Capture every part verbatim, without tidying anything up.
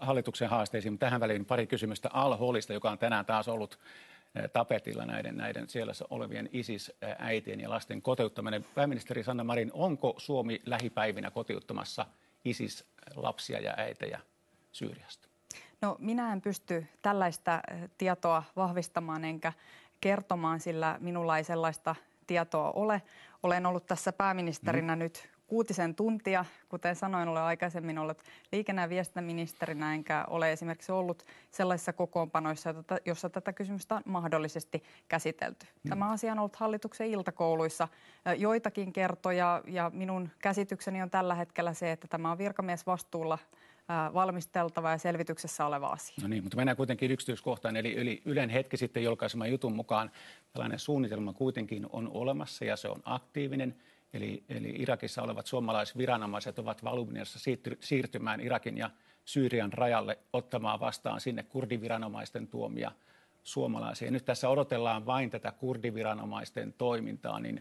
hallituksen haasteisiin, mutta tähän väliin pari kysymystä Al-Holista, joka on tänään taas ollut tapetilla näiden, näiden siellä olevien ISIS-äitien ja lasten kotiuttaminen. Pääministeri Sanna Marin, onko Suomi lähipäivinä kotiuttamassa ISIS-lapsia ja äitejä Syyriasta? No, minä en pysty tällaista tietoa vahvistamaan enkä kertomaan, sillä minulla ei sellaista tietoa ole. Olen ollut tässä pääministerinä mm. nyt kuutisen tuntia. Kuten sanoin, olen aikaisemmin ollut liikenne- ja viestintäministerinä, enkä ole esimerkiksi ollut sellaisissa kokoonpanoissa, jossa tätä kysymystä on mahdollisesti käsitelty. Mm. Tämä asia on ollut hallituksen iltakouluissa joitakin kertoja, ja minun käsitykseni on tällä hetkellä se, että tämä on virkamiesvastuulla valmisteltava ja selvityksessä oleva asia. No niin, mutta mennään kuitenkin yksityiskohtaan. Eli, eli Ylen hetki sitten julkaiseman jutun mukaan tällainen suunnitelma kuitenkin on olemassa ja se on aktiivinen. Eli, eli Irakissa olevat suomalaisviranomaiset ovat valmiudessa siirtymään Irakin ja Syyrian rajalle ottamaan vastaan sinne kurdiviranomaisten tuomia suomalaisia. Nyt tässä odotellaan vain tätä kurdiviranomaisten toimintaa, niin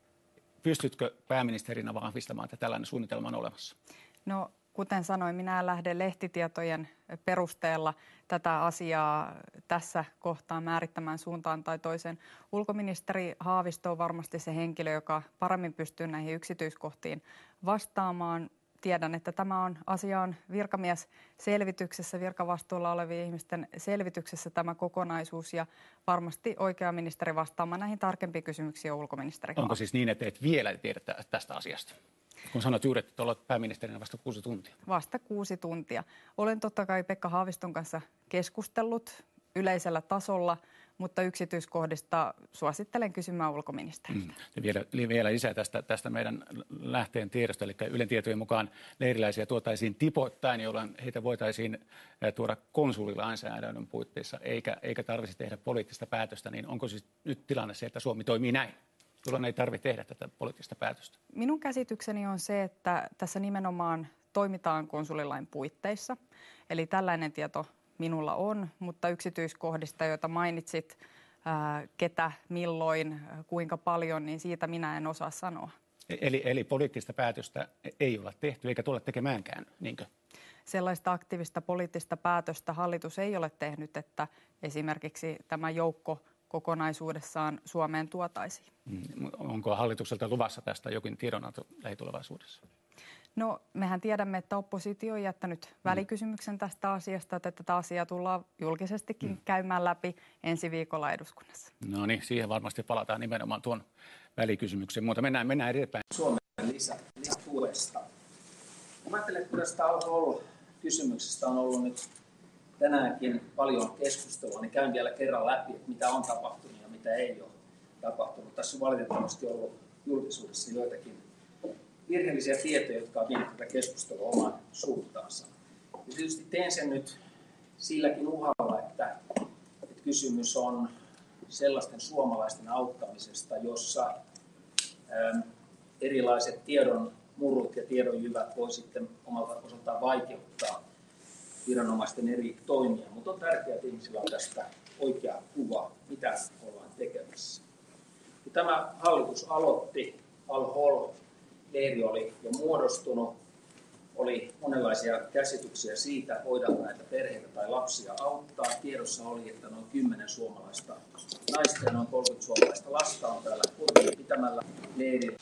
pystytkö pääministerinä vahvistamaan, että tällainen suunnitelma on olemassa? No, kuten sanoin, minä lähden lehtitietojen perusteella tätä asiaa tässä kohtaa määrittämään suuntaan tai toiseen. Ulkoministeri Haavisto on varmasti se henkilö, joka paremmin pystyy näihin yksityiskohtiin vastaamaan. Tiedän, että tämä on asia on virkamiesselvityksessä, virkavastuulla olevien ihmisten selvityksessä tämä kokonaisuus, ja varmasti oikea ministeri vastaamaan näihin tarkempiin kysymyksiin on ulkoministeri. Onko siis niin, että et vielä tiedä tästä asiasta? Kun sanot juuri, että olet pääministerinä vasta kuusi tuntia. Vasta kuusi tuntia. Olen totta kai Pekka Haaviston kanssa keskustellut yleisellä tasolla, mutta yksityiskohdista suosittelen kysymään ulkoministeriltä. Mm. Ja vielä, vielä lisää tästä, tästä meidän lähteen tiedosta, eli Ylen tietojen mukaan leiriläisiä tuotaisiin tipoittain, jolloin heitä voitaisiin tuoda konsulilainsäädännön puitteissa, eikä, eikä tarvitsisi tehdä poliittista päätöstä. Niin onko siis nyt tilanne se, että Suomi toimii näin, jolloin ei tarvitse tehdä tätä poliittista päätöstä? Minun käsitykseni on se, että tässä nimenomaan toimitaan konsulilain puitteissa, eli tällainen tieto minulla on, mutta yksityiskohdista, joita mainitsit, ää, ketä, milloin, kuinka paljon, niin siitä minä en osaa sanoa. Eli, eli poliittista päätöstä ei ole tehty, eikä tule tekemäänkään, niinkö? Sellaista aktiivista poliittista päätöstä hallitus ei ole tehnyt, että esimerkiksi tämä joukko kokonaisuudessaan Suomeen tuotaisiin. Onko hallitukselta luvassa tästä jokin tiedonanto lähitulevaisuudessa? No, mehän tiedämme, että oppositio on jättänyt välikysymyksen tästä asiasta, että tätä asiaa tullaan julkisestikin mm. käymään läpi ensi viikolla eduskunnassa. No niin, siihen varmasti palataan nimenomaan tuon välikysymyksen, mutta mennään, mennään eteenpäin. Suomen lisä, lisätuesta. Mä ajattelen, että tästä Al-Hol-kysymyksestä on ollut nyt tänäänkin paljon keskustelua, niin käyn vielä kerran läpi, että mitä on tapahtunut ja mitä ei ole tapahtunut. Tässä on valitettavasti ollut julkisuudessa joitakin virheellisiä tietoja, jotka on vienyt tätä keskustelua oman suuntaansa. Ja tietysti teen sen nyt silläkin uhalla, että, että kysymys on sellaisten suomalaisten auttamisesta, jossa äm, erilaiset tiedon murrut ja tiedonjyvät voi sitten omalta osaltaan vaikeuttaa viranomaisten eri toimia. Mutta on tärkeää, että ihmisillä on tästä oikea kuva, mitä ollaan tekemässä. Kun tämä hallitus aloitti, Al-Hol leiri oli jo muodostunut, oli monenlaisia käsityksiä siitä, voidaanko näitä perheitä tai lapsia auttaa. Tiedossa oli, että noin kymmenen suomalaista naista ja noin kolmekymmentä suomalaista lasta on täällä kurdien pitämällä leirillä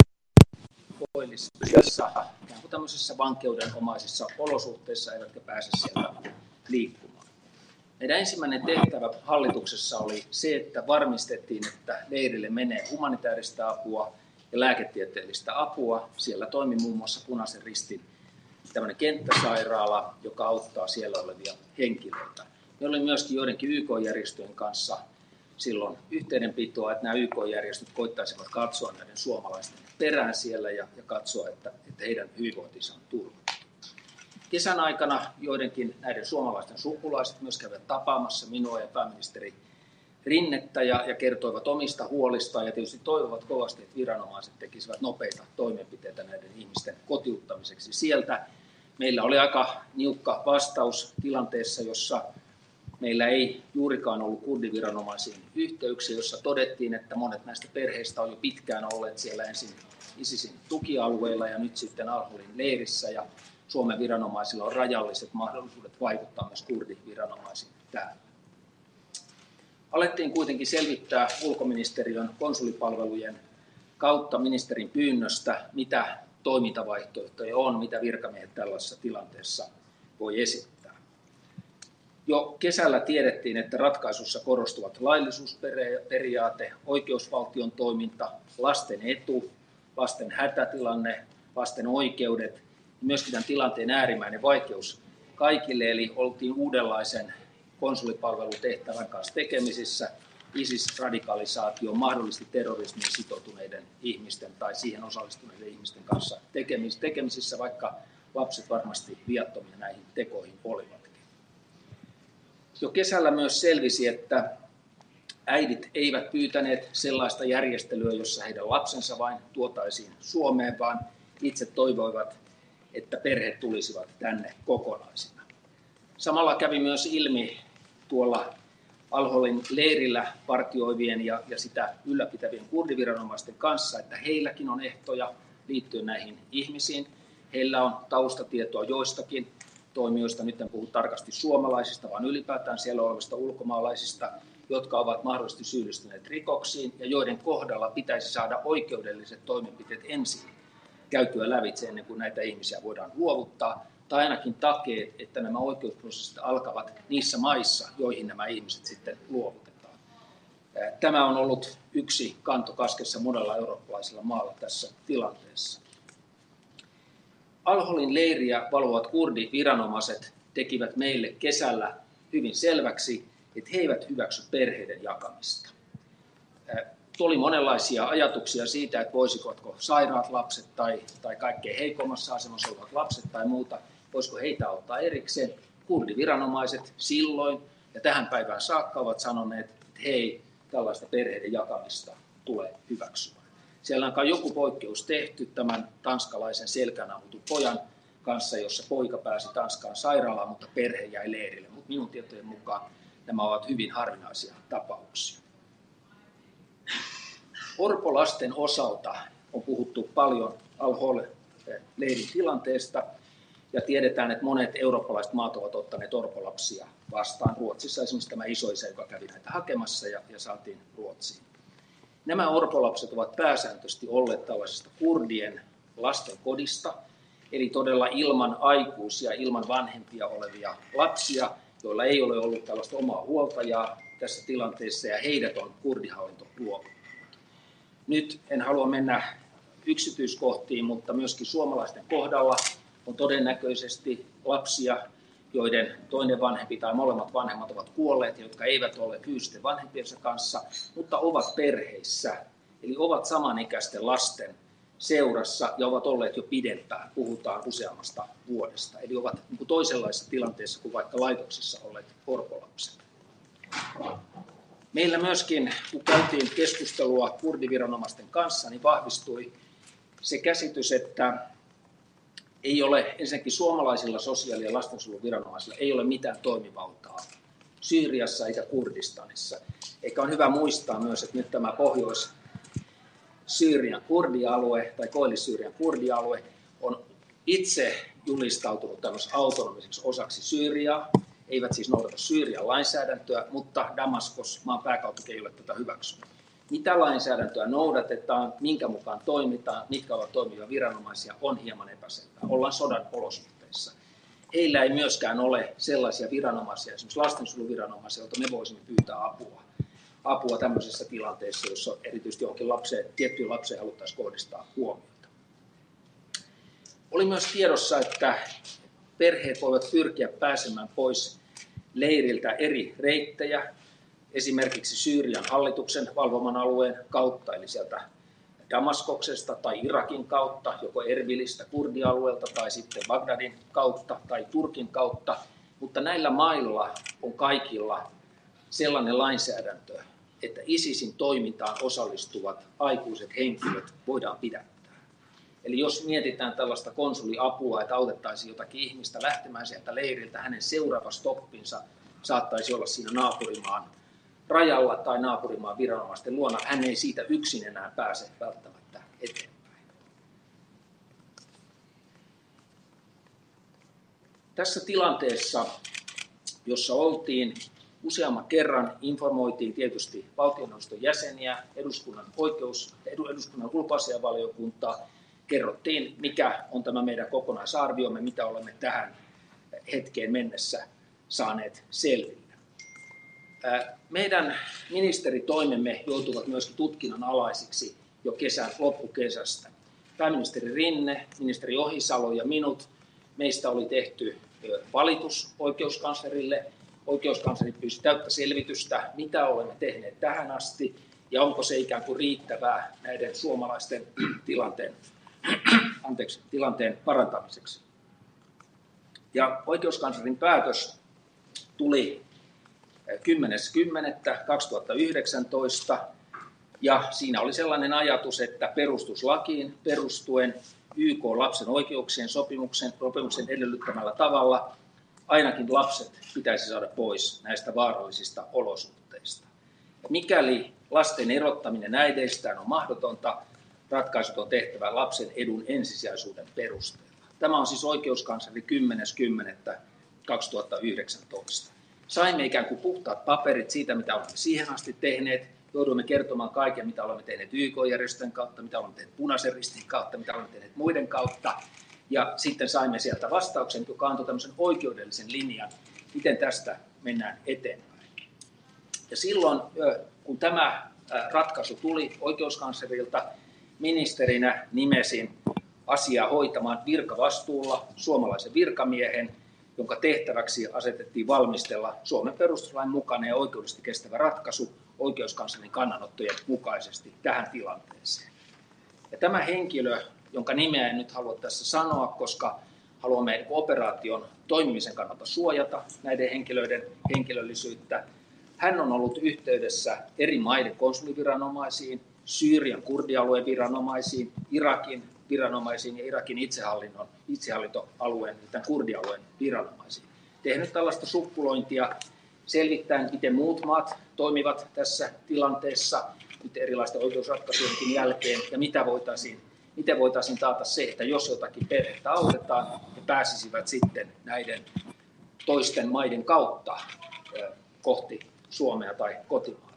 koillisessa, tämmöisissä vankeudenomaisissa olosuhteissa, eivätkä pääse sieltä liikkumaan. Meidän ensimmäinen tehtävä hallituksessa oli se, että varmistettiin, että leirille menee humanitaarista apua ja lääketieteellistä apua. Siellä toimi muun muassa Punaisen Ristin tämmöinen kenttäsairaala, joka auttaa siellä olevia henkilöitä. Meillä oli myöskin joidenkin Y K-järjestöjen kanssa silloin yhteydenpitoa, että nämä Y K-järjestöt koittaisivat katsoa näiden suomalaisten perään siellä ja, ja katsoa, että, että heidän hyvinvointinsa on turvattu. Kesän aikana joidenkin näiden suomalaisten sukulaiset myös kävivät tapaamassa minua ja pääministeri Rinnettä ja, ja kertoivat omista huolistaan ja tietysti toivovat kovasti, että viranomaiset tekisivät nopeita toimenpiteitä näiden ihmisten kotiuttamiseksi sieltä. Meillä oli aika niukka vastaus tilanteessa, jossa meillä ei juurikaan ollut kurdiviranomaisiin yhteyksiä, jossa todettiin, että monet näistä perheistä on jo pitkään olleet siellä ensin ISISin tukialueilla ja nyt sitten Al-Holin leirissä. Ja Suomen viranomaisilla on rajalliset mahdollisuudet vaikuttaa myös kurdiviranomaisiin täällä. Alettiin kuitenkin selvittää ulkoministeriön konsulipalvelujen kautta ministerin pyynnöstä, mitä toimintavaihtoehtoja on, mitä virkamiehet tällaisessa tilanteessa voi esittää. Jo kesällä tiedettiin, että ratkaisussa korostuvat laillisuusperiaate, oikeusvaltion toiminta, lasten etu, lasten hätätilanne, lasten oikeudet ja myöskin tämän tilanteen äärimmäinen vaikeus kaikille, eli oltiin uudenlaisen konsulipalvelutehtävän kanssa tekemisissä, ISIS-radikalisaatio, mahdollisesti terrorismiin sitoutuneiden ihmisten tai siihen osallistuneiden ihmisten kanssa tekemisissä, vaikka lapset varmasti viattomia näihin tekoihin olivatkin. Jo kesällä myös selvisi, että äidit eivät pyytäneet sellaista järjestelyä, jossa heidän lapsensa vain tuotaisiin Suomeen, vaan itse toivoivat, että perheet tulisivat tänne kokonaisina. Samalla kävi myös ilmi tuolla Al-Holin leirillä partioivien ja, ja sitä ylläpitävien kurdiviranomaisten kanssa, että heilläkin on ehtoja liittyen näihin ihmisiin. Heillä on taustatietoa joistakin toimijoista, nyt en puhu tarkasti suomalaisista, vaan ylipäätään siellä olevista ulkomaalaisista, jotka ovat mahdollisesti syyllistyneet rikoksiin ja joiden kohdalla pitäisi saada oikeudelliset toimenpiteet ensin käytyä lävitse ennen kuin näitä ihmisiä voidaan luovuttaa, tai ainakin takeet, että nämä oikeusprosessit alkavat niissä maissa, joihin nämä ihmiset sitten luovutetaan. Tämä on ollut yksi kanto kaskessa monella eurooppalaisella maalla tässä tilanteessa. Al-Holin leiriä valvovat kurdiviranomaiset tekivät meille kesällä hyvin selväksi, että he eivät hyväksy perheiden jakamista. Oli monenlaisia ajatuksia siitä, että voisiko sairaat lapset tai, tai kaikkein heikommassa asemassa olevat lapset tai muuta, voisiko heitä ottaa erikseen. Kurdiviranomaiset silloin ja tähän päivään saakka ovat sanoneet, että hei, tällaista perheiden jakamista tulee hyväksyä. Siellä on kai joku poikkeus tehty tämän tanskalaisen selkään ammutun pojan kanssa, jossa poika pääsi Tanskaan sairaalaan, mutta perhe jäi leirille. Mutta minun tietojen mukaan nämä ovat hyvin harvinaisia tapauksia. Orpolasten osalta on puhuttu paljon Al-Hol-leirin tilanteesta ja tiedetään, että monet eurooppalaiset maat ovat ottaneet orpolapsia vastaan. Ruotsissa esimerkiksi tämä isoisä, joka kävi näitä hakemassa ja, ja saatiin Ruotsiin. Nämä orpolapset ovat pääsääntöisesti olleet tällaisesta kurdien lastenkodista, eli todella ilman aikuisia, ilman vanhempia olevia lapsia, joilla ei ole ollut tällaista omaa huoltajaa tässä tilanteessa ja heidät on kurdihallinto luovuttanut. Nyt en halua mennä yksityiskohtiin, mutta myöskin suomalaisten kohdalla on todennäköisesti lapsia, joiden toinen vanhempi tai molemmat vanhemmat ovat kuolleet ja jotka eivät ole fyysisten vanhempiensa kanssa, mutta ovat perheissä, eli ovat samanikäisten lasten seurassa ja ovat olleet jo pidempään, puhutaan useammasta vuodesta. Eli ovat niin kuin toisenlaisessa tilanteessa kuin vaikka laitoksissa olleet orpolapset. Meillä myöskin, kun käytiin keskustelua kurdiviranomaisten kanssa, niin vahvistui se käsitys, että ei ole ensinnäkin suomalaisilla sosiaali- ja lastensuojeluviranomaisilla ei ole mitään toimivaltaa Syyriassa eikä Kurdistanissa. Eikä on hyvä muistaa myös, että nyt tämä Pohjois-Syyrian kurdialue tai Koillis-Syyrian kurdialue on itse julistautunut tämmöiseksi autonomiseksi osaksi Syyriaa. Eivät siis noudata Syyrian lainsäädäntöä, mutta Damaskos, maan pääkaupunki, ei ole tätä hyväksynyt. Mitä lainsäädäntöä noudatetaan, minkä mukaan toimitaan, mitkä ovat toimivia viranomaisia, on hieman epäselvää. Ollaan sodan olosuhteissa. Heillä ei myöskään ole sellaisia viranomaisia, esimerkiksi lastensuojeluviranomaisia, joilta me voisimme pyytää apua. Apua tämmöisessä tilanteessa, jossa erityisesti johonkin lapseen, tiettyyn lapseen haluttaisiin kohdistaa huomiota. Oli myös tiedossa, että perheet voivat pyrkiä pääsemään pois leiriltä eri reittejä, esimerkiksi Syyrian hallituksen valvoman alueen kautta, eli sieltä Damaskoksesta tai Irakin kautta, joko Erbilistä, kurdialueelta tai sitten Bagdadin kautta tai Turkin kautta, mutta näillä mailla on kaikilla sellainen lainsäädäntö, että ISISin toimintaan osallistuvat aikuiset henkilöt voidaan pidättää. Eli jos mietitään tällaista konsuliapua, että autettaisiin jotakin ihmistä lähtemään sieltä leiriltä, hänen seuraava stoppinsa saattaisi olla siinä naapurimaan rajalla tai naapurimaan viranomaisten luona. Hän ei siitä yksin enää pääse välttämättä eteenpäin. tässä tilanteessa, jossa oltiin useamman kerran, informoitiin tietysti valtioneuvoston jäseniä, eduskunnan oikeus, eduskunnan ulkoasiainvaliokuntaa, kerrottiin, mikä on tämä meidän kokonaisarviomme, mitä olemme tähän hetkeen mennessä saaneet selville. Meidän ministeritoimemme joutuvat myöskin tutkinnan alaisiksi jo kesän loppukesästä. Pääministeri Rinne, ministeri Ohisalo ja minut, meistä oli tehty valitus oikeuskanslerille. Oikeuskansleri pyysi täyttä selvitystä, mitä olemme tehneet tähän asti ja onko se ikään kuin riittävää näiden suomalaisten tilanteen, anteeksi, tilanteen parantamiseksi. Ja oikeuskanslerin päätös tuli kymmenes kymmenettä kaksituhattayhdeksäntoista ja siinä oli sellainen ajatus, että perustuslakiin perustuen Y K lapsen oikeuksien sopimuksen, sopimuksen edellyttämällä tavalla ainakin lapset pitäisi saada pois näistä vaarallisista olosuhteista. Ja mikäli lasten erottaminen äideistään on mahdotonta, ratkaisut on tehtävä lapsen edun ensisijaisuuden perusteella. Tämä on siis oikeuskansleri kymmenes kymmenettä kaksituhattayhdeksäntoista. Saimme ikään kuin puhtaat paperit siitä, mitä olemme siihen asti tehneet. Jouduimme kertomaan kaiken, mitä olemme tehneet Y K-järjestöjen kautta, mitä olemme tehneet Punaisen Ristin kautta, mitä olemme tehneet muiden kautta. Ja sitten saimme sieltä vastauksen, joka antoi tämmöisen oikeudellisen linjan, miten tästä mennään eteenpäin. Ja silloin, kun tämä ratkaisu tuli oikeuskanslerilta, ministerinä nimesin asiaa hoitamaan virkavastuulla suomalaisen virkamiehen, jonka tehtäväksi asetettiin valmistella Suomen perustuslain mukainen ja oikeudellisesti kestävä ratkaisu oikeuskanslerin kannanottojen mukaisesti tähän tilanteeseen. Ja tämä henkilö, jonka nimeä en nyt halua tässä sanoa, koska haluamme operaation toimimisen kannalta suojata näiden henkilöiden henkilöllisyyttä. Hän on ollut yhteydessä eri maiden konsuliviranomaisiin, Syyrian kurdialueen viranomaisiin, Irakin viranomaisiin ja Irakin itsehallinnon, itsehallintoalueen, tämän kurdialueen viranomaisiin. Tehnyt tällaista sukkulointia selvittäen, miten muut maat toimivat tässä tilanteessa nyt erilaisten oikeusratkaisujenkin jälkeen ja mitä voitaisiin, miten voitaisiin taata se, että jos jotakin perhettä autetaan, he pääsisivät sitten näiden toisten maiden kautta kohti Suomea tai kotimaata.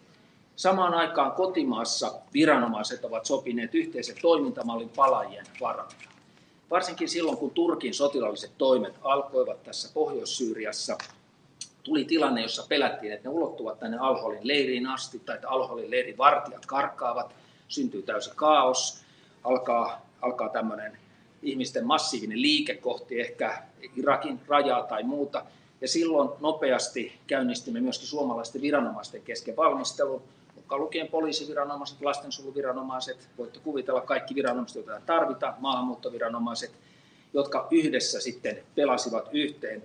Samaan aikaan kotimaassa viranomaiset ovat sopineet yhteisen toimintamallin palaajien varalta. Varsinkin silloin, kun Turkin sotilaalliset toimet alkoivat tässä Pohjois-Syyriassa, tuli tilanne, jossa pelättiin, että ne ulottuvat tänne Al-Holin leiriin asti, tai että Al-Holin leirin vartijat karkaavat, syntyy täysi kaos, alkaa, alkaa tämmöinen ihmisten massiivinen liike kohti ehkä Irakin rajaa tai muuta, ja silloin nopeasti käynnistimme myöskin suomalaisten viranomaisten kesken valmistelun, mukaan lukien poliisiviranomaiset, lastensuojeluviranomaiset, voitte kuvitella kaikki viranomaiset, joita tarvitaan, maahanmuuttoviranomaiset, jotka yhdessä sitten pelasivat yhteen,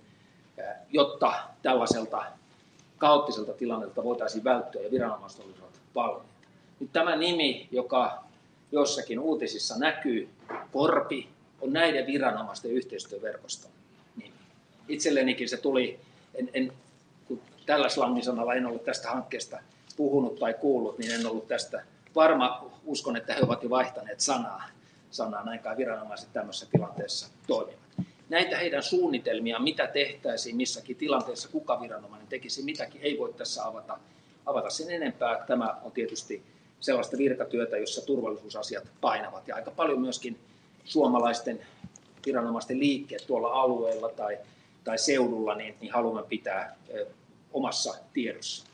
jotta tällaiselta kaoottiselta tilannelta voitaisiin välttyä ja viranomaiset olisivat valmiita. Nyt tämä nimi, joka jossakin uutisissa näkyy, Korpi, on näiden viranomaisten yhteistyöverkoston nimi. Itsellenikin se tuli, en, en, kun tällä slangisanalla en ollut tästä hankkeesta puhunut tai kuullut, niin en ollut tästä varma. Uskon, että he ovat jo vaihtaneet sanaa, sanaa näinkään viranomaiset tämmöisessä tilanteessa toimivat. Näitä heidän suunnitelmiaan, mitä tehtäisiin missäkin tilanteessa, kuka viranomainen tekisi mitäkin, ei voi tässä avata, avata sen enempää. Tämä on tietysti sellaista virkatyötä, jossa turvallisuusasiat painavat ja aika paljon myöskin suomalaisten viranomaisten liikkeet tuolla alueella tai, tai seudulla, niin, niin haluamme pitää ö, omassa tiedossa.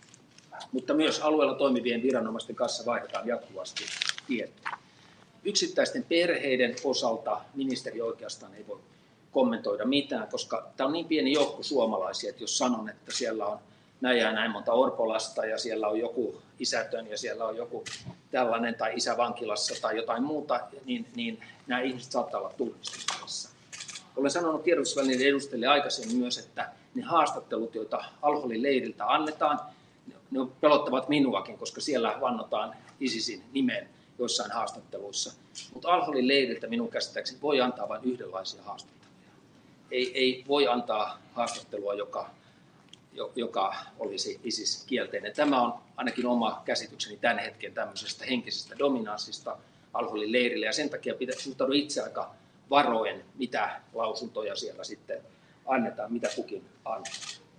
Mutta myös alueella toimivien viranomaisten kanssa vaihdetaan jatkuvasti tietoa. Yksittäisten perheiden osalta ministeri oikeastaan ei voi kommentoida mitään, koska tämä on niin pieni joukko suomalaisia, että jos sanon, että siellä on näin ja näin monta orpolasta ja siellä on joku isätön ja siellä on joku tällainen tai isä vankilassa tai jotain muuta, niin, niin nämä ihmiset saattaa olla tunnistettavissa. Olen sanonut tiedotusvälineiden edustajille aikaisemmin myös, että ne haastattelut, joita Al-Holin leiriltä annetaan, ne pelottavat minuakin, koska siellä vannotaan ISISin nimen joissain haastatteluissa. Mutta Al-Holin leiriltä minun käsittääkseni voi antaa vain yhdenlaisia haastatteluja. Ei, ei voi antaa haastattelua, joka, joka olisi ISIS-kielteinen. Tämä on ainakin oma käsitykseni tämän hetken tämmöisestä henkisestä dominanssista Al-Holin leirille. Ja sen takia pitää suhtautua itse aika varoen, mitä lausuntoja siellä sitten annetaan, mitä kukin antaa.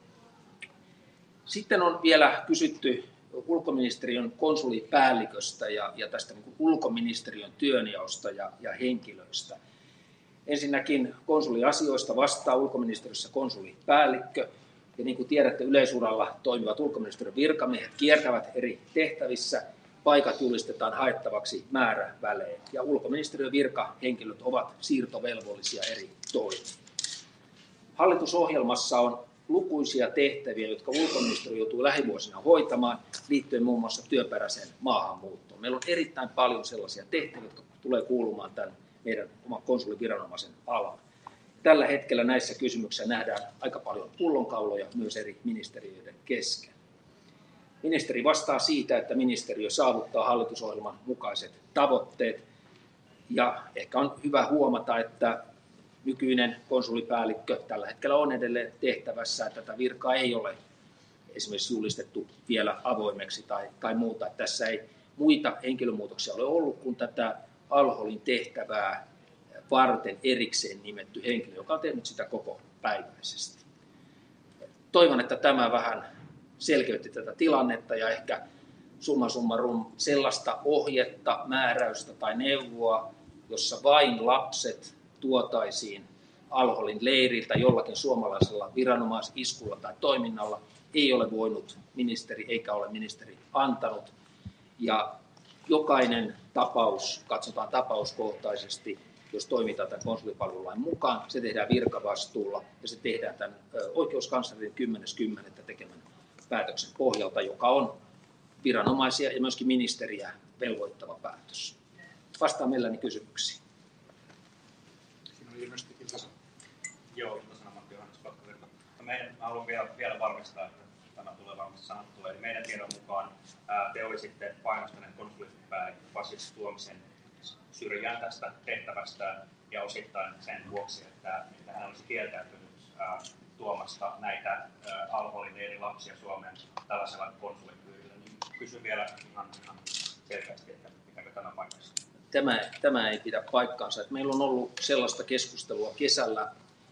Sitten on vielä kysytty ulkoministeriön konsulipäälliköstä ja, ja tästä niin kuin ulkoministeriön työnjaosta ja, ja henkilöistä. Ensinnäkin konsuliasioista vastaa ulkoministeriössä konsulipäällikkö. Ja niin kuin tiedätte, yleisuralla toimivat ulkoministeriön virkamiehet kiertävät eri tehtävissä. Paikat julistetaan haettavaksi määrävälein. Ja ulkoministeriön virkahenkilöt ovat siirtovelvollisia eri toimiin. Hallitusohjelmassa on lukuisia tehtäviä, jotka ulkoministeriö joutuu lähivuosina hoitamaan liittyen muun muassa työperäiseen maahanmuuttoon. Meillä on erittäin paljon sellaisia tehtäviä, jotka tulee kuulumaan tämän meidän oman konsuliviranomaisen alaan. Tällä hetkellä näissä kysymyksissä nähdään aika paljon pullonkauloja myös eri ministeriöiden kesken. Ministeri vastaa siitä, että ministeriö saavuttaa hallitusohjelman mukaiset tavoitteet. Ja ehkä on hyvä huomata, että nykyinen konsulipäällikkö tällä hetkellä on edelleen tehtävässä, että tätä virkaa ei ole esimerkiksi julistettu vielä avoimeksi tai, tai muuta. Että tässä ei muita henkilömuutoksia ole ollut kuin tätä Al-Holin tehtävää varten erikseen nimetty henkilö, joka on tehnyt sitä koko päiväisesti. Toivon, että tämä vähän selkeytti tätä tilannetta ja ehkä summa summarum sellaista ohjetta, määräystä tai neuvoa, jossa vain lapset tuotaisiin Al-Holin leiriltä jollakin suomalaisella viranomaisiskulla tai toiminnalla, ei ole voinut ministeri eikä ole ministeri antanut. Ja jokainen tapaus katsotaan tapauskohtaisesti, jos toimitaan tämän konsulipalvelulain mukaan, se tehdään virkavastuulla ja se tehdään tämän oikeuskanslerin kymmenes kymmenettä tekemän päätöksen pohjalta, joka on viranomaisia ja myöskin ministeriä velvoittava päätös. Vastaan mielelläni kysymyksiin. Siinä on ilmeisesti Ilta-Sanomat. Joo, Ilta-Sanomat, Johannes Pakkavirta. Meidän, mä haluan vielä, vielä varmistaa, että tämä tulee varmasti sanottua. Eli meidän tiedon mukaan ää, te olisitte painostaneet konsulipäällikkö Vasiliki Tuomisen syrjään tästä tehtävästä ja osittain sen vuoksi, että, että hän olisi kieltäytynyt ää, tuomasta näitä ää, Al-Holin eri lapsia Suomeen tällaisella konsulikyydellä. Niin kysyn vielä ihan, ihan selkeästi, että pitääkö tämä paikkansa? Tämä, tämä ei pidä paikkaansa. Että meillä on ollut sellaista keskustelua kesällä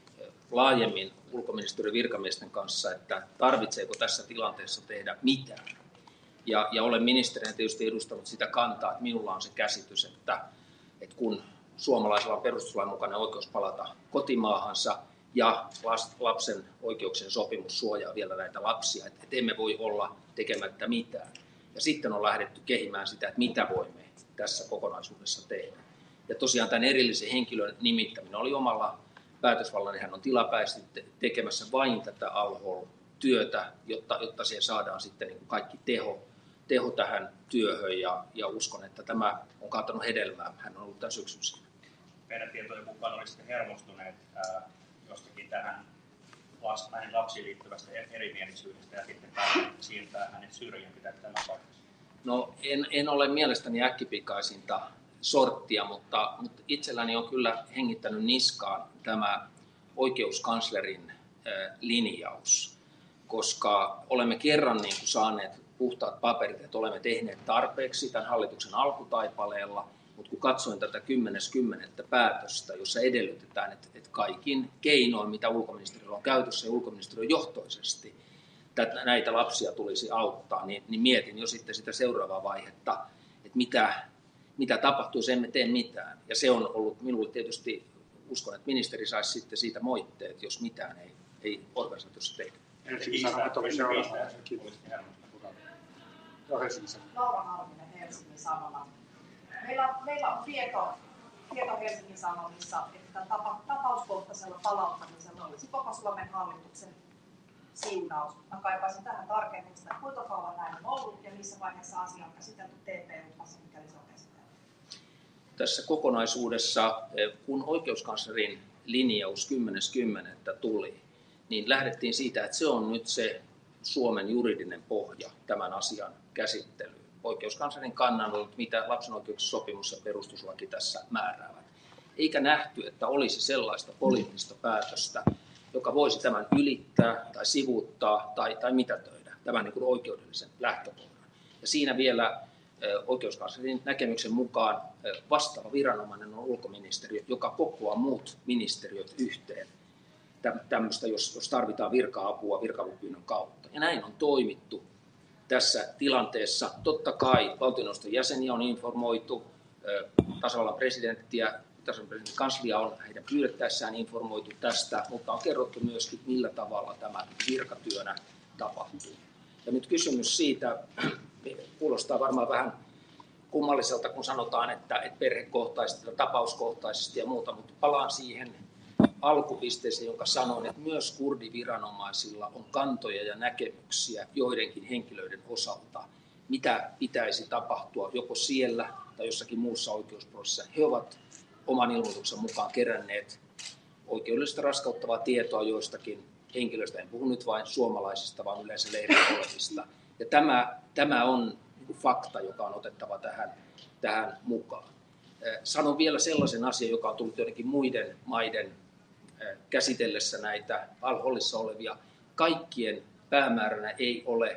laajemmin ulkoministeriön virkamiesten kanssa, että tarvitseeko tässä tilanteessa tehdä mitään. Ja, ja olen ministerinä tietysti edustanut sitä kantaa, että minulla on se käsitys, että, että kun suomalaisella on perustuslain mukainen oikeus palata kotimaahansa ja lapsen oikeuksien sopimus suojaa vielä näitä lapsia, että, että emme voi olla tekemättä mitään. Ja sitten on lähdetty kehimään sitä, että mitä voimme tässä kokonaisuudessa tehdä. Ja tosiaan tämän erillisen henkilön nimittäminen oli omalla päätösvallani, hän on tilapäisesti tekemässä vain tätä Al-Hol-työtä, jotta, jotta siihen saadaan sitten niin kuin kaikki teho, teho tähän työhön ja, ja uskon, että tämä on kantanut hedelmää. Hän on ollut tämän syksyn siinä. Meidän tietojen mukaan olisitte hermostuneet ää, jostakin tähän las, näihin lapsiin liittyvästä erimielisyydestä ja sitten siirtää hänet syrjään, pitää tämä paikassa. No en, en ole mielestäni äkkipikaisinta sorttia, mutta, mutta itselläni on kyllä hengittänyt niskaan tämä oikeuskanslerin äh, linjaus, koska olemme kerran niin kuin saaneet puhtaat paperit, että olemme tehneet tarpeeksi tämän hallituksen alkutaipaleella, mutta kun katsoin tätä kymmenes kymmenettä päätöstä, jossa edellytetään, että, että kaikin keinoin, mitä ulkoministeriöllä on käytössä ja ulkoministeriön johtoisesti, että näitä lapsia tulisi auttaa, niin, niin mietin jo sitten sitä seuraavaa vaihetta, että mitä, mitä tapahtuu, jos emme tee mitään. Ja se on ollut minulle tietysti, uskon, että ministeri saisi sitten siitä moitteet, jos mitään ei, ei organisaatiossa tehdä. Helsingin Sanomat oli seuraava. Laura Malminen, Helsingin Sanomat. Meillä, meillä on tieto, tieto Helsingin Sanomissa, että tapa, tapauskohtaisella palauttamisella olisi koko Suomen hallituksen siunaus. Mä kaipaisin tähän tarkennusta, kuinka kauan näin on ollut ja missä vaiheessa asia on käsitelty T P-lupassa, mikäli se on käsitelty. Tässä kokonaisuudessa, kun oikeuskanslerin linjaus kymmenes kymmenettä tuli, niin lähdettiin siitä, että se on nyt se Suomen juridinen pohja tämän asian käsittelyyn. Oikeuskanslerin kannan ollut, mitä lapsen oikeuksien ja perustuslaki tässä määräävät. Eikä nähty, että olisi sellaista poliittista päätöstä, joka voisi tämän ylittää tai sivuuttaa tai, tai mitätöidä, tämän niin kuin oikeudellisen lähtökohdan. Ja siinä vielä oikeuskanslerin näkemyksen mukaan vastaava viranomainen on ulkoministeriö, joka kokoaa muut ministeriöt yhteen. Tämmöistä, jos, jos tarvitaan virka-apua virka-avupyynnön kautta. Ja näin on toimittu tässä tilanteessa. Totta kai valtioneuvoston jäseniä on informoitu, tasavallan presidenttiä, tasavallan presidentin kanslia on heidän pyydettäessään informoitu tästä, mutta on kerrottu myöskin, millä tavalla tämä virkatyönä tapahtuu. Ja nyt kysymys siitä, kuulostaa varmaan vähän kummalliselta, kun sanotaan, että, että perhekohtaisesti ja tapauskohtaisesti ja muuta, mutta palaan siihen alkupisteeseen, jonka sanoin, että myös kurdiviranomaisilla on kantoja ja näkemyksiä joidenkin henkilöiden osalta, mitä pitäisi tapahtua joko siellä tai jossakin muussa oikeusprosessissa. He ovat oman ilmoituksen mukaan keränneet oikeudellista raskauttavaa tietoa joistakin henkilöistä. En puhu nyt vain suomalaisista, vaan yleensä leirillä olevista. Ja tämä, tämä on fakta, joka on otettava tähän, tähän mukaan. Sanon vielä sellaisen asian, joka on tullut joidenkin muiden maiden käsitellessä näitä al-Holissa olevia. Kaikkien päämääränä ei ole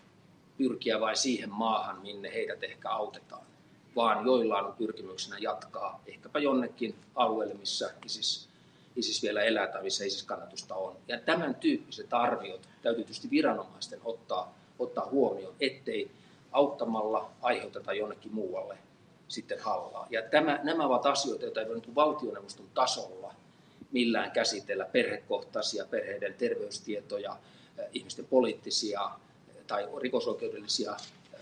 pyrkiä vain siihen maahan, minne heidät ehkä autetaan, vaan joillain on pyrkimyksenä jatkaa ehkäpä jonnekin alueelle, missä ISIS, ISIS vielä elää tai missä ISIS-kannatusta on. Ja tämän tyyppiset arviot täytyy tietysti viranomaisten ottaa, ottaa huomioon, ettei auttamalla aiheuteta jonnekin muualle sitten hallaa. Ja tämä, nämä ovat asioita, joita ei voi niin valtioneuvoston tasolla millään käsitellä, perhekohtaisia, perheiden terveystietoja, ihmisten poliittisia tai rikosoikeudellisia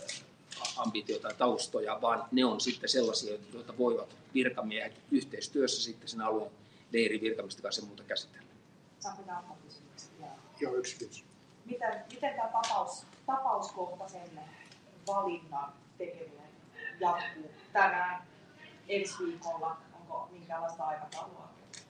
ambitioita tai taustoja, vaan ne on sitten sellaisia, joita voivat virkamiehet yhteistyössä sitten sen alueen leirin virkamiesten kanssa ja muuta käsitellä. Saanko tämä kysymyksiä? Joo, yksi kysymys. Miten, miten tämä tapaus, tapauskohtaisen valinnan tekeminen jatkuu tänään, ensi viikolla? Onko minkäänlaista aikataulua?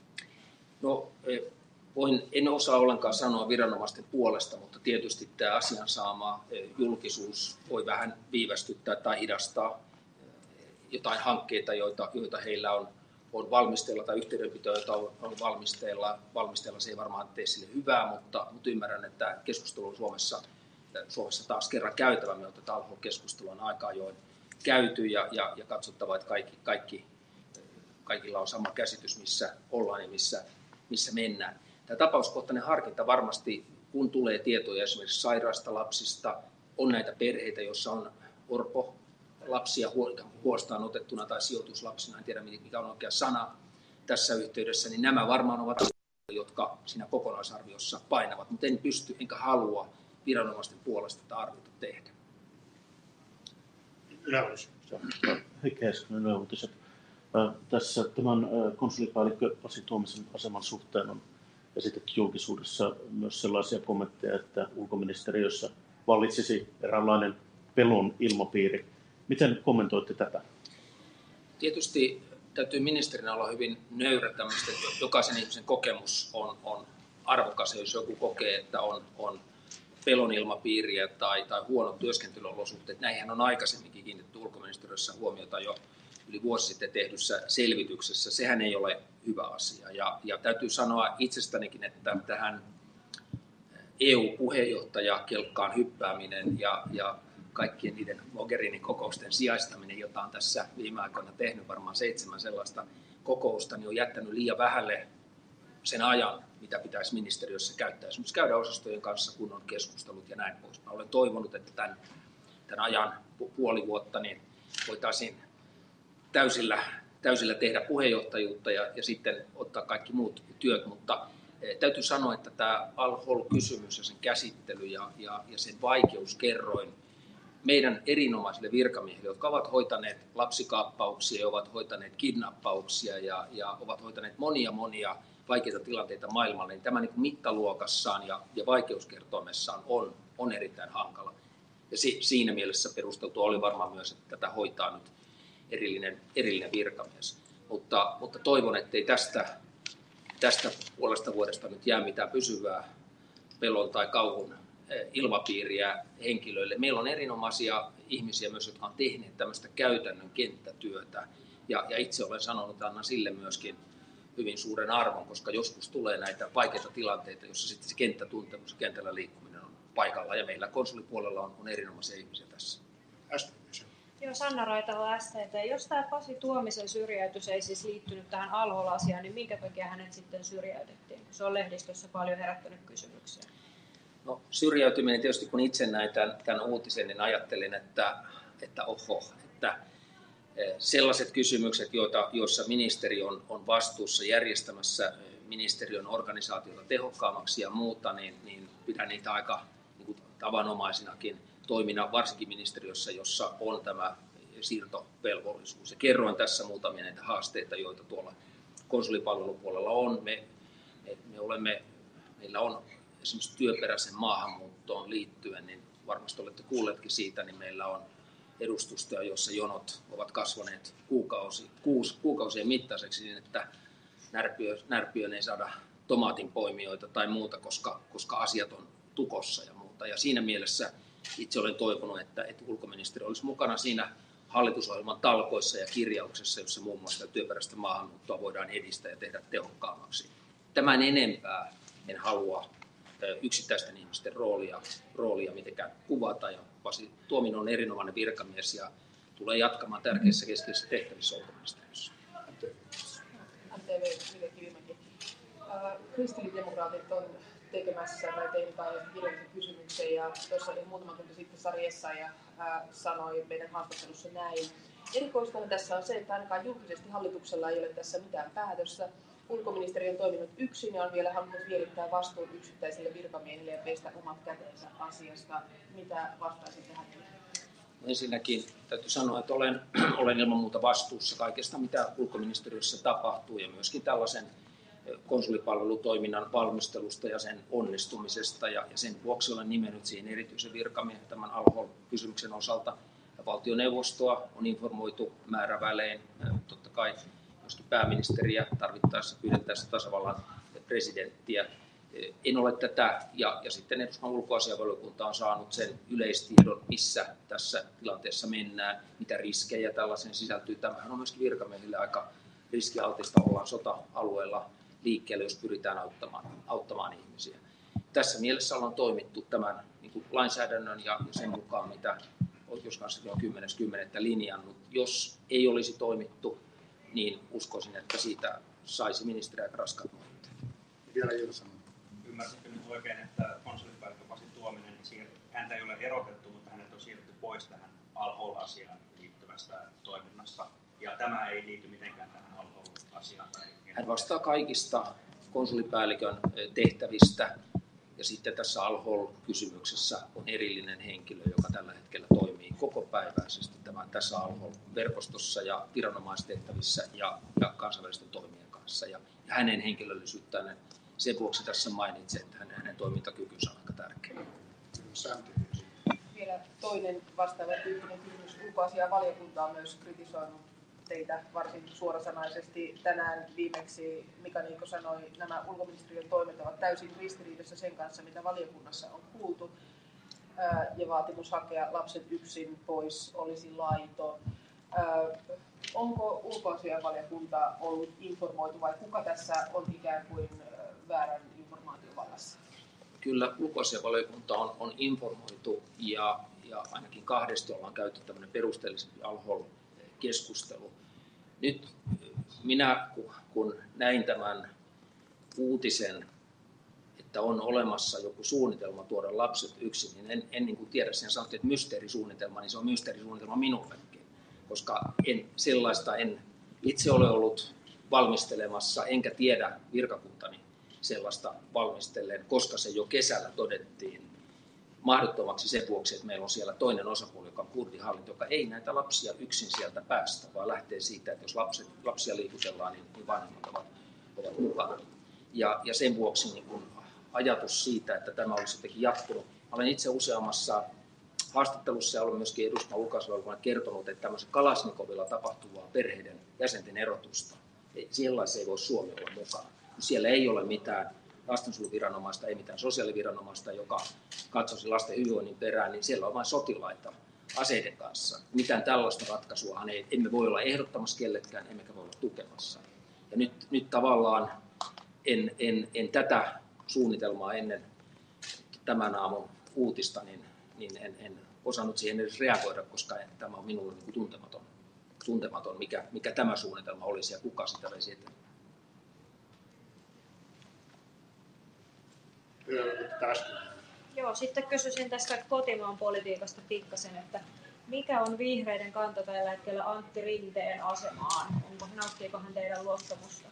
No, voin, en osaa ollenkaan sanoa viranomaisten puolesta, mutta tietysti tämä asian saama julkisuus voi vähän viivästyttää tai hidastaa jotain hankkeita, joita, joita heillä on, on valmisteilla tai yhteydenpitoja, joita on, on valmisteilla. Valmisteilla se ei varmaan tee sille hyvää, mutta, mutta ymmärrän, että keskustelu on Suomessa, Suomessa taas kerran käytävä. Me on tätä alkoholikeskustelua aika ajoin käyty ja, ja, ja katsottava, että kaikki, kaikki, kaikilla on sama käsitys, missä ollaan ja missä, missä mennään. Tämä tapauskohtainen harkinta varmasti, kun tulee tietoja esimerkiksi sairaista lapsista, on näitä perheitä, joissa on orpo lapsia huostaan otettuna tai sijoituslapsina, en tiedä mikä on oikea sana tässä yhteydessä, niin nämä varmaan ovat asioita, jotka siinä kokonaisarviossa painavat, mutta en pysty enkä halua viranomaisten puolesta tätä arviota tehdä. Heikki Heiskanen, Yle-uutiset. Tässä tämän konsulipäällikkö Pasi Tuomisen aseman suhteen on esitetty julkisuudessa myös sellaisia kommentteja, että ulkoministeriössä vallitsisi eräänlainen pelon ilmapiiri. Miten kommentoitte tätä? Tietysti täytyy ministerinä olla hyvin nöyrä tämmöistä, että jokaisen ihmisen kokemus on, on arvokas. Jos joku kokee, että on, on pelon ilmapiiriä tai, tai huonot työskentelyolosuhteet, näihin on aikaisemminkin kiinnitetty ulkoministeriössä huomiota jo yli vuosi sitten tehdyssä selvityksessä. Sehän ei ole hyvä asia. Ja, ja täytyy sanoa itsestänikin, että tähän E U-puheenjohtajakelkkaan hyppääminen ja, ja kaikkien niiden Mogherinin kokousten sijaistaminen, jota on tässä viime aikoina tehnyt varmaan seitsemän sellaista kokousta, niin on jättänyt liian vähälle sen ajan, mitä pitäisi ministeriössä käyttää. Esimerkiksi käydä osastojen kanssa kunnon keskustelut ja näin pois. Mä olen toivonut, että tämän, tämän ajan puoli vuotta niin voitaisiin täysillä, täysillä tehdä puheenjohtajuutta ja, ja sitten ottaa kaikki muut työt, mutta eh, täytyy sanoa, että tämä al-Hol-kysymys ja sen käsittely ja, ja, ja sen vaikeuskerroin meidän erinomaisille virkamiehille, jotka ovat hoitaneet lapsikaappauksia ja ovat hoitaneet kidnappauksia ja, ja ovat hoitaneet monia monia vaikeita tilanteita maailmalle, niin tämä niin kuin mittaluokassaan ja, ja vaikeuskertoimessaan on, on erittäin hankala. Ja si, siinä mielessä perusteltua oli varmaan myös, että tätä hoitaa nyt erillinen, erillinen virkamies. Mutta, mutta toivon, ettei tästä, tästä puolesta vuodesta nyt jää mitään pysyvää pelon tai kauhun ilmapiiriä henkilöille. Meillä on erinomaisia ihmisiä myös, jotka on tehneet tämmöistä käytännön kenttätyötä. Ja, ja itse olen sanonut, että annan sille myöskin hyvin suuren arvon, koska joskus tulee näitä vaikeita tilanteita, joissa sitten se kenttätuntemus ja kentällä liikkuminen on paikalla. Ja meillä konsulipuolella on, on erinomaisia ihmisiä tässä. Joo, Sanna Raitala, S T T. Jos tämä Pasi Tuomisen syrjäytys ei siis liittynyt tähän Al-Hol-asiaan, niin minkä takia hänet sitten syrjäytettiin? Se on lehdistössä paljon herättänyt kysymyksiä. No, syrjäytyminen tietysti, kun itse näin tämän, tämän uutisen, niin ajattelin, että, että oho, että sellaiset kysymykset, joita, joissa ministeri on, on vastuussa järjestämässä ministeriön organisaatiota tehokkaammaksi ja muuta, niin, niin pidän niitä aika niin kuin tavanomaisinakin toimina, varsinkin ministeriössä, jossa on tämä siirtovelvollisuus. Ja kerroin tässä muutamia näitä haasteita, joita tuolla konsulipalvelupuolella on. Me, me, me olemme, meillä on esimerkiksi työperäisen maahanmuuttoon liittyen, niin varmasti olette kuulleetkin siitä, niin meillä on edustustoja, joissa jonot ovat kasvaneet kuukausi, kuus, kuukausien mittaiseksi niin, että närpiö, närpiön ei saada tomaatinpoimijoita tai muuta, koska, koska asiat on tukossa ja muuta. Ja siinä mielessä itse olen toivonut, että, että ulkoministeri olisi mukana siinä hallitusohjelman talkoissa ja kirjauksessa, jossa muun muassa työperäistä maahanmuuttoa voidaan edistää ja tehdä tehokkaammaksi. Tämän enempää en halua yksittäisten ihmisten roolia, roolia mitenkään kuvata. Ja Pasi Tuominen on erinomainen virkamies ja tulee jatkamaan tärkeissä keskeisissä tehtävissä ulkoministeriössä. M T V, Ville Kivimäki. Kristillisdemokraatit on tekemässä tai tehnyt aiemmin kirjallisen kysymyksen ja tuossa oli muutama tunti sitten Sari Essayah sanoi meidän haastattelussa näin. Erikoistahan tässä on se, että ainakaan julkisesti hallituksella ei ole tässä mitään päätöstä. Ulkoministeri on toiminut yksin ja on vielä halunnut vierittää vastuun yksittäisille virkamiehille ja pestä omat käteensä asiasta. Mitä vastaisin tähän? Ensinnäkin täytyy sanoa, että olen, olen ilman muuta vastuussa kaikesta, mitä ulkoministeriössä tapahtuu ja myöskin tällaisen konsulipalvelutoiminnan valmistelusta ja sen onnistumisesta. Ja, ja sen vuoksi olen nimennyt siihen erityisen virkamiehen tämän Al-Hol-kysymyksen osalta. Ja valtioneuvostoa on informoitu määrävälein, totta kai myöskin pääministeriä tarvittaessa pyydettäessä tasavallan presidenttiä. En ole tätä, ja, ja sitten eduskunnan ulkoasiainvaliokunta on saanut sen yleistiedon, missä tässä tilanteessa mennään, mitä riskejä tällaisen sisältyy. Tämähän on myöskin virkamiehille aika riskialtista, ollaan sota-alueella liikkeelle, jos pyritään auttamaan, auttamaan ihmisiä. Tässä mielessä ollaan toimittu tämän niin kuin lainsäädännön ja sen mukaan, mitä oikeuskansleri on kymmenes kymmenettä linjannut. Jos ei olisi toimittu, niin uskoisin, että siitä saisi ministeri aika raskaat moitteet. Vielä Ilta sanoo. Ymmärsitkö nyt oikein, että konsulipäällikkö Pasi Tuominen, niin häntä ei ole erotettu, mutta hänet on siirretty pois tähän Al-Hol-asiaan liittyvästä toiminnasta. Ja tämä ei liity mitenkään tähän Al-Hol-asiaan. Hän vastaa kaikista konsulipäällikön tehtävistä. Ja sitten tässä Al-Hol-kysymyksessä on erillinen henkilö, joka tällä hetkellä toimii kokopäiväisesti tämän tässä Al-Hol-verkostossa ja viranomaistehtävissä ja, ja kansainvälisten toimien kanssa. Ja, ja hänen henkilöllisyyttään sen vuoksi tässä mainitsen, että hänen, hänen toimintakykynsä on aika tärkeä. Vielä toinen vastaava tyyppinen kysymys. Ulkoasiainvaliokunta on myös kritisoinut teitä varsin suorasanaisesti. Tänään viimeksi Mika Niikko sanoi, että nämä ulkoministeriön toimet ovat täysin ristiriidassa sen kanssa, mitä valiokunnassa on kuultu. Ja vaatimus hakea lapset yksin pois olisi laito. Onko ulkoasiainvaliokunta ollut informoitu vai kuka tässä on ikään kuin väärän informaation vallassa? Kyllä ulkoasiainvaliokunta on, on informoitu ja, ja ainakin kahdesti ollaan käyty tämmöinen perusteellisempi Al-Hol-keskustelu. Nyt minä, kun näin tämän uutisen, että on olemassa joku suunnitelma tuoda lapset yksin, niin en, en niin kuin tiedä, sen sanottiin, että mysteerisuunnitelma, niin se on mysteerisuunnitelma minullekin, koska en, sellaista en itse ole ollut valmistelemassa, enkä tiedä virkakuntani sellaista valmistellen, koska se jo kesällä todettiin mahdottomaksi sen vuoksi, että meillä on siellä toinen osapuoli, joka on kurdihallinto, joka ei näitä lapsia yksin sieltä päästä, vaan lähtee siitä, että jos lapset, lapsia liikutellaan, niin, niin vanhemmat ovat, ovat mukana. Ja, ja sen vuoksi niin kun ajatus siitä, että tämä olisi jotenkin jatkunut. Olen itse useammassa haastattelussa ja olen myöskin eduskunnan ulkoasiainvaliokunnan kertonut, että tämmöisen Kalasnikovilla tapahtuvaa perheiden jäsenten erotusta, sellaisen ei voi Suomi olla mukana. Siellä ei ole mitään lastensuojeluviranomaista, ei mitään sosiaaliviranomaista, joka katsoisi lasten hyvinvoinnin perään, niin siellä on vain sotilaita aseiden kanssa. Mitään tällaista ratkaisuahan ei, emme voi olla ehdottamassa kellekään, emmekä voi olla tukemassa. Ja nyt, nyt tavallaan en, en, en tätä suunnitelmaa ennen tämän aamun uutista, niin, niin en, en osannut siihen edes reagoida, koska tämä on minulle niin kuin tuntematon, tuntematon mikä, mikä tämä suunnitelma olisi ja kuka sitä veisi eteenpäin. Joo, sitten kysyisin tästä kotimaan politiikasta pikkasen, että mikä on vihreiden kanta tällä hetkellä Antti Rinteen asemaan? Onko, nauttiiko hän teidän luottamusta?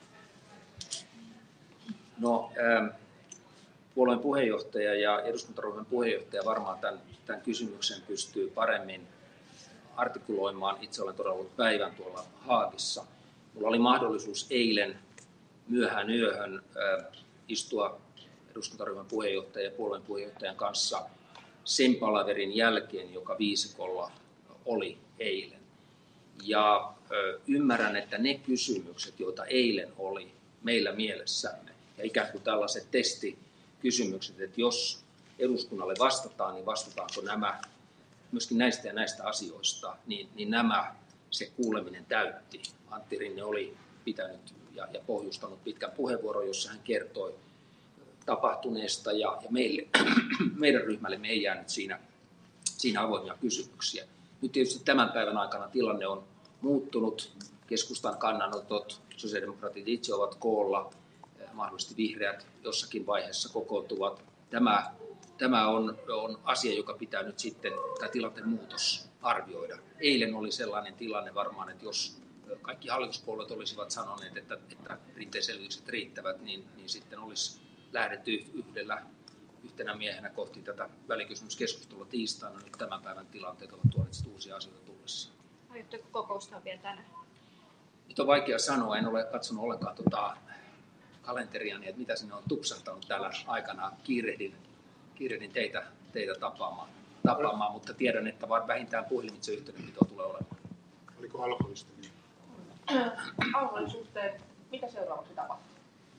No, ähm, puolueen puheenjohtaja ja eduskuntaryhmän puheenjohtaja varmaan tämän, tämän kysymyksen pystyy paremmin artikuloimaan. Itse olen todella ollut päivän tuolla Haagissa. Minulla oli mahdollisuus eilen myöhään yöhön äh, istua eduskuntaryhmän puheenjohtajan ja puolueen puheenjohtajan kanssa sen palaverin jälkeen, joka viisikolla oli eilen. Ja ö, ymmärrän, että ne kysymykset, joita eilen oli meillä mielessämme, ja ikään kuin tällaiset testikysymykset, että jos eduskunnalle vastataan, niin vastataanko nämä myöskin näistä ja näistä asioista, niin, niin nämä se kuuleminen täytti. Antti Rinne oli pitänyt ja, ja pohjustanut pitkän puheenvuoron, jossa hän kertoi tapahtuneesta, ja, ja meille, meidän ryhmälle me ei jäänyt siinä, siinä avoimia kysymyksiä. Nyt tietysti tämän päivän aikana tilanne on muuttunut. Keskustan kannanotot, sosiaalidemokraatit itse ovat koolla, mahdollisesti vihreät jossakin vaiheessa kokoontuvat. Tämä, tämä on, on asia, joka pitää nyt sitten, tämä tilanteen muutos arvioida. Eilen oli sellainen tilanne varmaan, että jos kaikki hallituspuolueet olisivat sanoneet, että, että Rinteen selvitykset riittävät, niin, niin sitten olisi lähdetty yhdellä, yhtenä miehenä kohti tätä välikysymyskeskustelua tiistaina. Nyt tämän päivän tilanteet ovat tuoneet uusia asioita tullessa. Aiotteko kokoustaa vielä tänään? Nyt on vaikea sanoa, en ole katsonut ollenkaan tuota kalenteriani, että mitä sinne on tupsahtanut tällä aikana. Kiirehdin, kiirehdin teitä, teitä tapaamaan, tapaamaan, mutta tiedän, että vähintään puhelimitse yhteydenpito tulee olemaan. Oliko alkoholista? Alkoholin suhteen, mitä seuraavaksi tapahtuu?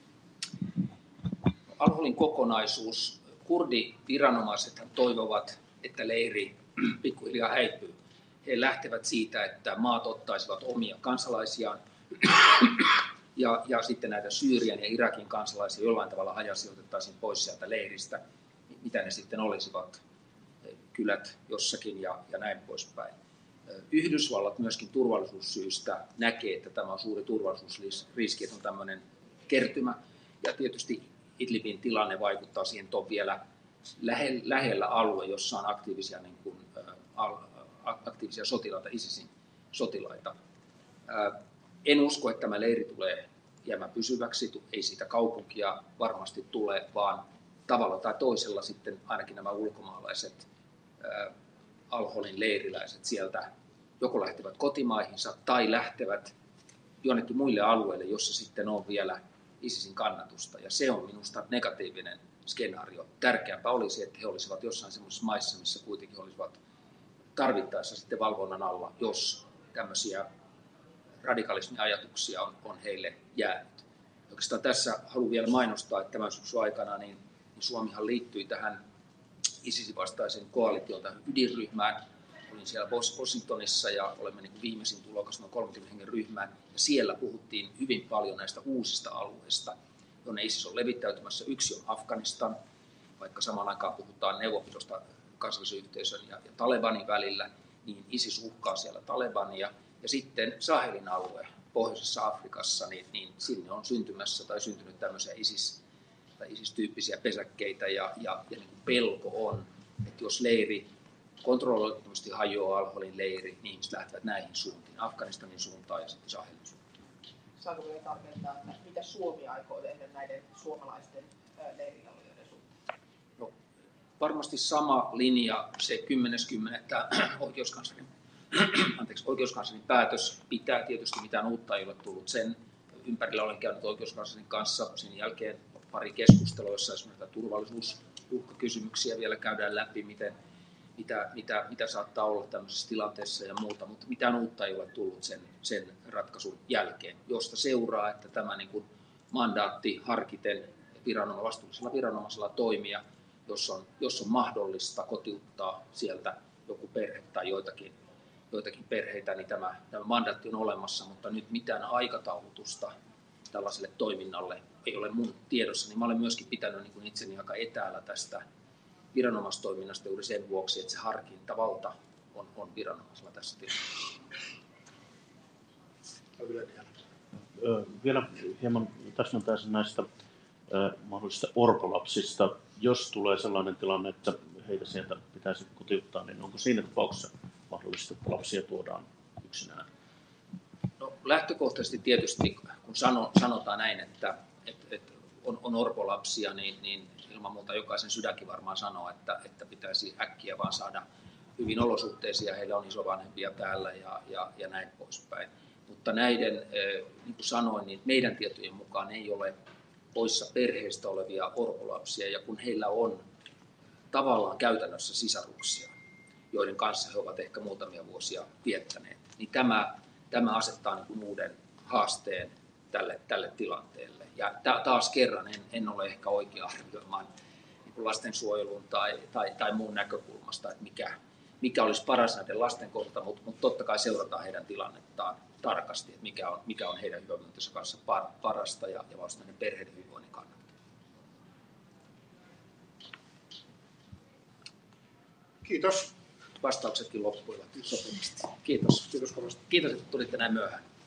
Al-Holin kokonaisuus. Kurdiviranomaiset toivovat, että leiri pikkuhiljaa häipyy. He lähtevät siitä, että maat ottaisivat omia kansalaisiaan ja, ja sitten näitä Syyrian ja Irakin kansalaisia jollain tavalla hajasijoitettaisiin pois sieltä leiristä, mitä ne sitten olisivat, kylät jossakin ja, ja näin poispäin. Yhdysvallat myöskin turvallisuussyistä näkee, että tämä on suuri turvallisuusriski, että on tämmöinen kertymä. Ja tietysti Idlibin tilanne vaikuttaa siihen, että on vielä lähellä alue, jossa on aktiivisia, niin kuin, aktiivisia sotilaita, ISISin sotilaita. En usko, että tämä leiri tulee jäämään pysyväksi, ei siitä kaupunkia varmasti tule, vaan tavalla tai toisella sitten ainakin nämä ulkomaalaiset Al-Holin leiriläiset sieltä joko lähtevät kotimaihinsa tai lähtevät jonnekin muille alueille, jossa sitten on vielä ISISin kannatusta. Ja se on minusta negatiivinen skenaario. Tärkeämpää olisi, että he olisivat jossain sellaisissa maissa, missä kuitenkin olisivat tarvittaessa sitten valvonnan alla, jos tämmöisiä radikalismiajatuksia on, on heille jäänyt. Oikeastaan tässä haluan vielä mainostaa, että tämän syksyn aikana niin, niin Suomihan liittyi tähän ISISin vastaisen koalition tähän ydinryhmään. Olin siellä Washingtonissa ja olemme niin kuin viimeisin tulokas noin kolmenkymmenen hengen ryhmään. Ja siellä puhuttiin hyvin paljon näistä uusista alueista, jonne ISIS on levittäytymässä. Yksi on Afganistan, vaikka samaan aikaan puhutaan neuvonpidosta kansallisen yhteisön ja, ja Talebanin välillä, niin ISIS uhkaa siellä Talebania. Ja sitten Sahelin alue pohjoisessa Afrikassa, niin, niin sinne on syntymässä tai syntynyt tämmöisiä ISIS, tai ISIS-tyyppisiä pesäkkeitä ja, ja, ja niin kuin pelko on, että jos leiri kontrolloitumasti hajoaa, Al-Holin leiri, niin ihmiset lähtevät näihin suuntiin, Afganistanin suuntaan ja sitten Sahelin suuntaan. Saanko vielä tarkentaa, että mitä Suomi aikoo tehdä näiden suomalaisten leirialueiden suhteen? No, varmasti sama linja, se kymmenes kymmenettä oikeuskanslerin, anteeksi, oikeuskanslerin päätös pitää. Tietysti mitään uutta ei ole tullut sen ympärillä. Olen käynyt oikeuskanslerin kanssa sen jälkeen pari keskustelua, jossa esimerkiksi turvallisuusuhkakysymyksiä vielä käydään läpi, miten Mitä, mitä, mitä saattaa olla tämmöisessä tilanteessa ja muuta, mutta mitään uutta ei ole tullut sen, sen ratkaisun jälkeen, josta seuraa, että tämä niin kuin mandaatti harkiten viranoma, vastuullisella viranomaisella toimia, jos on, jos on mahdollista kotiuttaa sieltä joku perhe tai joitakin, joitakin perheitä, niin tämä, tämä mandaatti on olemassa, mutta nyt mitään aikataulutusta tällaiselle toiminnalle ei ole mun tiedossa, niin mä olen myöskin pitänyt niin kuin itseni aika etäällä tästä viranomaistoiminnasta juuri sen vuoksi, että se harkintavalta on, on viranomaisella tässä tilanteessa. Vielä hieman täsmentäisin näistä mahdollisista orpolapsista. Jos tulee sellainen tilanne, että heitä sieltä pitäisi kotiuttaa, niin onko siinä tapauksessa mahdollista, että lapsia tuodaan yksinään? No, lähtökohtaisesti tietysti, kun sano, sanotaan näin, että, että, että on, on orpolapsia, niin, niin ilman muuta jokaisen sydänkin varmaan sanoo, että, että pitäisi äkkiä vaan saada hyvin olosuhteisia, heillä on isovanhempia täällä ja, ja, ja näin poispäin. Mutta näiden, niin kuin sanoin, niin meidän tietojen mukaan ei ole poissa perheistä olevia orpolapsia, ja kun heillä on tavallaan käytännössä sisaruksia, joiden kanssa he ovat ehkä muutamia vuosia viettäneet, niin tämä, tämä asettaa niin kuin uuden haasteen tälle, tälle tilanteelle. Ja taas kerran en, en ole ehkä oikea arvioimaan niin kuin lastensuojelun tai, tai, tai muun näkökulmasta, että mikä, mikä olisi paras näiden lasten kohdalta, mutta, mutta totta kai seurataan heidän tilannettaan tarkasti, että mikä on, mikä on heidän hyvinvointinsa kanssa par, parasta ja, ja vasta näiden perheiden hyvinvoinnin kannalta. Kiitos. Vastauksetkin loppuivat sopivasti. Kiitos. Kiitos kovasti. Kiitos, että tulitte näin myöhään.